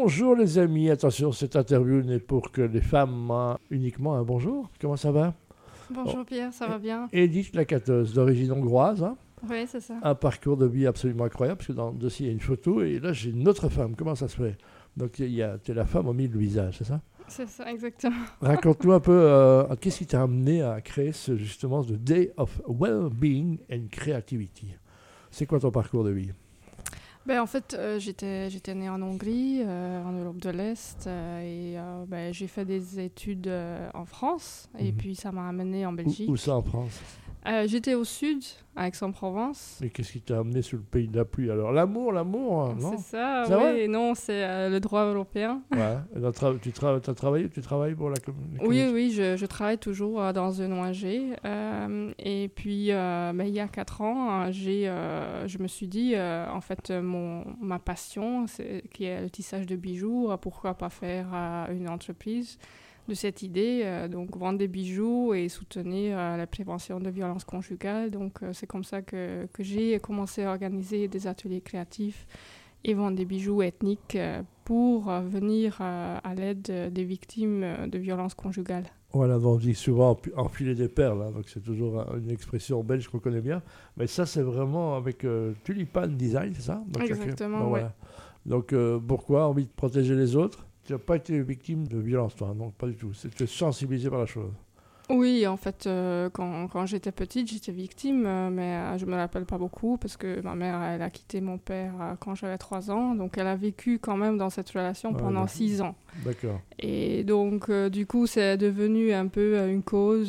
Bonjour les amis, attention, cette interview n'est pour que les femmes, hein, uniquement un bonjour. Comment ça va? Bonjour Pierre, ça va bien? Edith Lacateuse, d'origine hongroise, hein, Oui, c'est ça. un parcours de vie absolument incroyable, parce que dans le dossier il y a une photo, et là j'ai une autre femme, comment ça se fait? Donc tu es la femme au milieu du visage, c'est ça? C'est ça, exactement. Raconte-nous un peu, qu'est-ce qui t'a amené à créer justement ce Day of Well-Being and Creativity? C'est quoi ton parcours de vie? En fait, j'étais née en Hongrie, en Europe de l'Est, j'ai fait des études en France, et Mhm. puis ça m'a amenée en Belgique. Où ça en France? J'étais au sud, à Aix-en-Provence. Et qu'est-ce qui t'a amené sur le pays de la pluie? Alors l'amour, non? C'est ça, C'est oui, vrai? non, c'est le droit européen. Ouais. Et tu travailles pour la Oui, oui, je travaille toujours dans une ONG. Et puis, il y a 4 ans, je me suis dit, en fait, ma passion, qui est le tissage de bijoux, pourquoi pas faire une entreprise de cette idée, donc vendre des bijoux et soutenir la prévention de violences conjugales. Donc, c'est comme ça que j'ai commencé à organiser des ateliers créatifs et vendre des bijoux ethniques pour venir à l'aide des victimes de violences conjugales. Voilà, donc on dit souvent enfiler des perles, hein, donc c'est toujours une expression belge qu'on connaît bien. Mais ça, c'est vraiment avec Tulipan Design, c'est ça? Donc, Exactement, bon, ouais. voilà. Donc pourquoi envie de protéger les autres? Tu n'as pas été victime de violence, toi, non, pas du tout. Tu es sensibilisé par la chose. Oui, en fait, quand j'étais petite, j'étais victime, mais je me rappelle pas beaucoup parce que ma mère, elle a quitté mon père quand j'avais 3 ans, donc elle a vécu quand même dans cette relation pendant D'accord. 6 ans. D'accord. Et donc, du coup, c'est devenu un peu une cause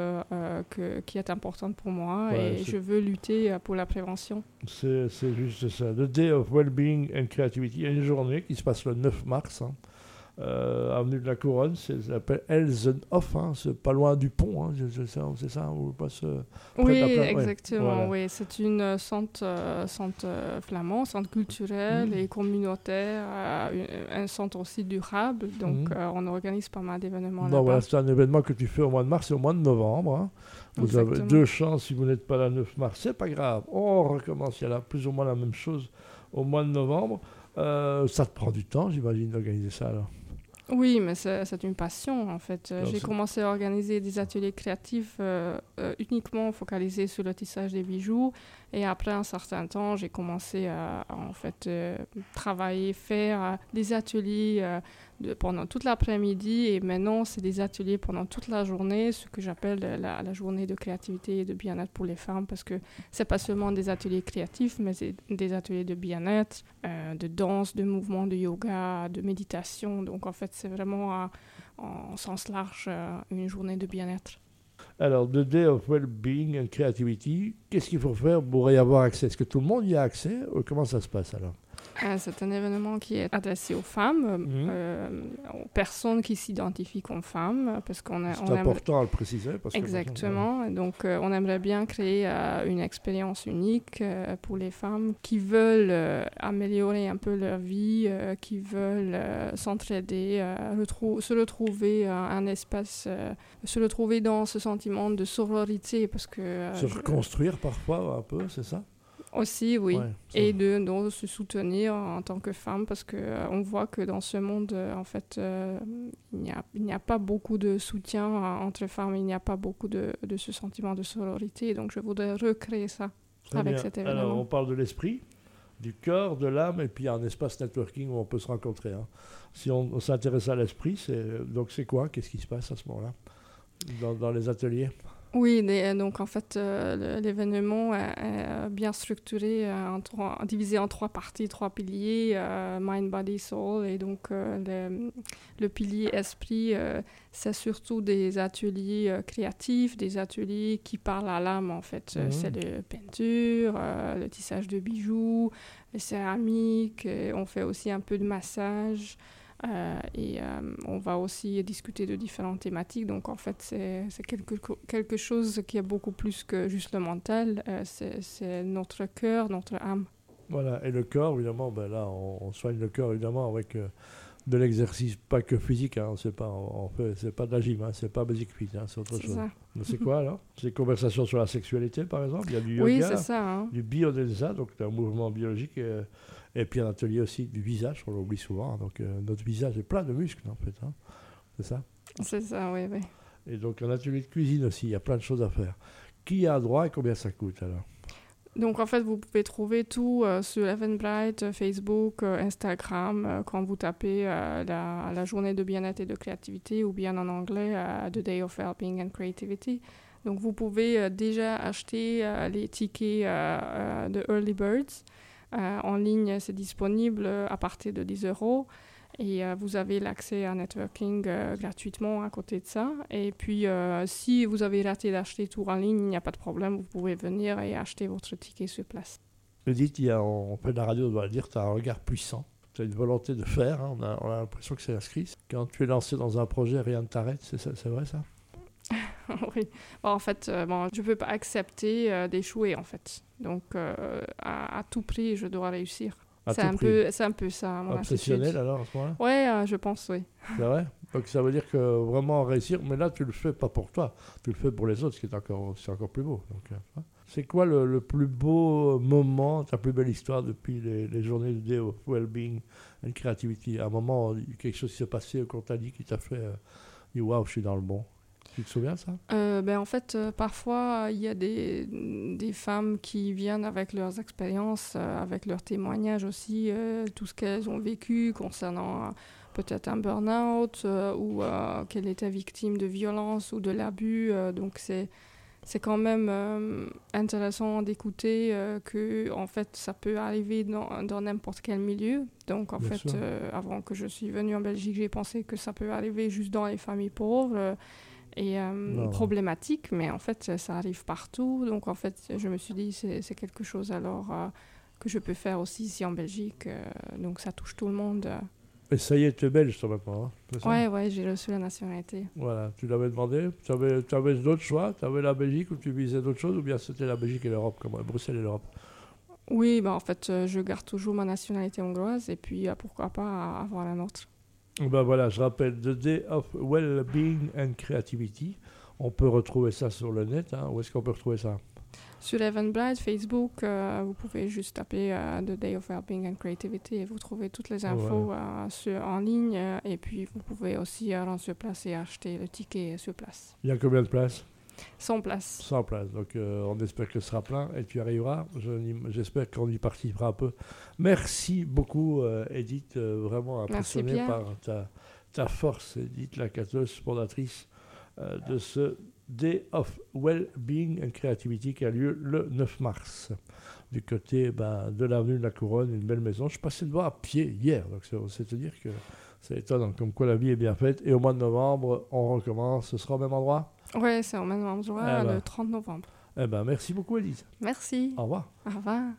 qui est importante pour moi, Ouais, et je veux lutter pour la prévention. C'est juste ça. The Day of Wellbeing and Creativity. Il y a une journée qui se passe le 9 mars, hein, avenue de la Couronne. Ça s'appelle Elsenhof, hein, c'est pas loin du pont, hein, c'est ça, on passe près de Oui, la plage. exactement. Voilà. Oui. C'est une centre flamand, centre culturel et communautaire, un centre aussi durable. Donc, on organise pas mal d'événements Non, là-bas. voilà, c'est un événement que tu fais au mois de mars et au mois de novembre, hein. Vous avez Exactement. 2 chances si vous n'êtes pas là le 9 mars, c'est pas grave. On recommence, il y a là plus ou moins la même chose au mois de novembre. Ça te prend du temps, j'imagine, d'organiser ça là. Oui, mais c'est une passion en fait. Alors, J'ai c'est- commencé à organiser des ateliers créatifs uniquement focalisés sur le tissage des bijoux. Et après un certain temps, j'ai commencé à en fait travailler, faire des ateliers pendant toute l'après-midi. Et maintenant, c'est des ateliers pendant toute la journée, ce que j'appelle la journée de créativité et de bien-être pour les femmes, parce que c'est pas seulement des ateliers créatifs, mais c'est des ateliers de bien-être, de danse, de mouvement, de yoga, de méditation. Donc en fait, c'est vraiment en sens large une journée de bien-être. Alors, The Day of Wellbeing and Creativity, qu'est-ce qu'il faut faire pour y avoir accès? Est-ce que tout le monde y a accès? Comment ça se passe alors? C'est un événement qui est adressé aux femmes, aux personnes qui s'identifient comme femmes, parce C'est important à le préciser. Parce Exactement. Donc, on aimerait bien créer une expérience unique pour les femmes qui veulent améliorer un peu leur vie, qui veulent s'entraider, se retrouver un espace, se retrouver dans ce sentiment de sororité, parce que se reconstruire parfois un peu, c'est ça? aussi, oui. Ouais, Et de se soutenir en tant que femme, parce que on voit que dans ce monde, en fait, il n'y a pas beaucoup de soutien entre femmes, il n'y a pas beaucoup de ce sentiment de sororité. Donc, je voudrais recréer ça Très avec bien. cet Alors, événement. on parle de l'esprit, du cœur, de l'âme, et puis il y a un espace networking où on peut se rencontrer, hein. Si on s'intéresse à l'esprit, donc c'est quoi? Qu'est-ce qui se passe à ce moment-là dans les ateliers? Oui, donc en fait, l'événement est bien structuré, divisé en 3 parties, 3 piliers, Mind, Body, Soul. Et donc, le pilier esprit, c'est surtout des ateliers créatifs, des ateliers qui parlent à l'âme, en fait. C'est la peinture, le tissage de bijoux, la céramique. On fait aussi un peu de massage. On va aussi discuter de différentes thématiques. Donc, en fait, c'est quelque chose qui est beaucoup plus que juste le mental. C'est notre cœur, notre âme. Voilà, et le corps, évidemment, ben là, on soigne le corps, évidemment, avec de l'exercice, pas que physique, hein, c'est pas de la gym, hein, c'est pas basic fit, hein, c'est autre chose. Ça. Mais c'est quoi, alors? C'est des conversations sur la sexualité, par exemple? Il y a du yoga, Oui, c'est ça. Hein. du biodésa, donc un mouvement biologique Et puis un atelier aussi du visage, on l'oublie souvent. Donc notre visage est plein de muscles en fait. Hein. C'est ça? C'est ça, oui, oui. Et donc un atelier de cuisine aussi, il y a plein de choses à faire. Qui a droit et combien ça coûte alors? Donc en fait, vous pouvez trouver tout sur Eventbrite, Facebook, Instagram, quand vous tapez la journée de bien-être et de créativité, ou bien en anglais, The Day of Wellbeing and Creativity. Donc vous pouvez déjà acheter les tickets de Early Birds. En ligne, c'est disponible à partir de 10 €. Et vous avez l'accès à networking gratuitement à côté de ça. Et puis, si vous avez raté d'acheter tout en ligne, il n'y a pas de problème. Vous pouvez venir et acheter votre ticket sur place. Edith, on fait de la radio, on doit le dire, tu as un regard puissant. Tu as une volonté de faire. Hein, on a l'impression que c'est inscrit. Quand tu es lancé dans un projet, rien ne t'arrête. C'est vrai ça? Oui. Bon, en fait, je ne peux pas accepter d'échouer, en fait. Donc, à tout prix, je dois réussir. C'est un peu ça, mon obsessionnel attitude. alors à ce moment-là? Ouais, je pense, oui. C'est vrai? Donc ça veut dire que vraiment réussir, mais là tu le fais pas pour toi, tu le fais pour les autres, ce qui est encore plus beau. Donc, c'est quoi le plus beau moment, ta plus belle histoire depuis les journées de Day of Wellbeing and Creativity? À un moment, quelque chose qui s'est passé qu'on t'a dit qui t'a fait dire waouh, je suis dans le bon. Tu te souviens de ça? En fait, parfois, il y a des femmes qui viennent avec leurs expériences, avec leurs témoignages aussi, tout ce qu'elles ont vécu concernant peut-être un burn-out ou qu'elles étaient victimes de violence ou de l'abus. Donc, c'est quand même intéressant d'écouter que, en fait, ça peut arriver dans n'importe quel milieu. Donc, en Bien fait, avant que je suis venue en Belgique, j'ai pensé que ça peut arriver juste dans les familles pauvres. Et problématique, mais en fait, ça arrive partout. Donc, en fait, je me suis dit, c'est quelque chose alors que je peux faire aussi ici en Belgique. Donc, ça touche tout le monde. Et ça y est, tu es belge, toi, maintenant. Hein, ouais, j'ai reçu la nationalité. Voilà, tu l'avais demandé. Tu avais d'autres choix? Tu avais la Belgique ou tu visais d'autres choses? Ou bien c'était la Belgique et l'Europe, comme Bruxelles et l'Europe? Oui, en fait, je garde toujours ma nationalité hongroise et puis pourquoi pas avoir un autre. Ben voilà, je rappelle, The Day of Wellbeing and Creativity. On peut retrouver ça sur le net. Hein. Où est-ce qu'on peut retrouver ça? Sur Eventbrite, Facebook, vous pouvez juste taper The Day of Wellbeing and Creativity et vous trouvez toutes les infos en ligne. Et puis, vous pouvez aussi rendre sur place et acheter le ticket sur place. Il y a combien de places? 100 places. 100 places. Donc, on espère que ce sera plein et tu arriveras. J'espère qu'on y participera un peu. Merci beaucoup, Edith. Vraiment impressionné par ta force, Edith Lacateuse, fondatrice de ce Day of Wellbeing and Creativity qui a lieu le 9 mars. Du côté de l'avenue de la Couronne, une belle maison. Je suis passé devant à pied hier. Donc, c'est te dire que c'est étonnant. Comme quoi la vie est bien faite. Et au mois de novembre, on recommence. Ce sera au même endroit? Oui, c'est au même endroit, le 30 novembre. Merci beaucoup, Edith. Merci. Au revoir. Au revoir.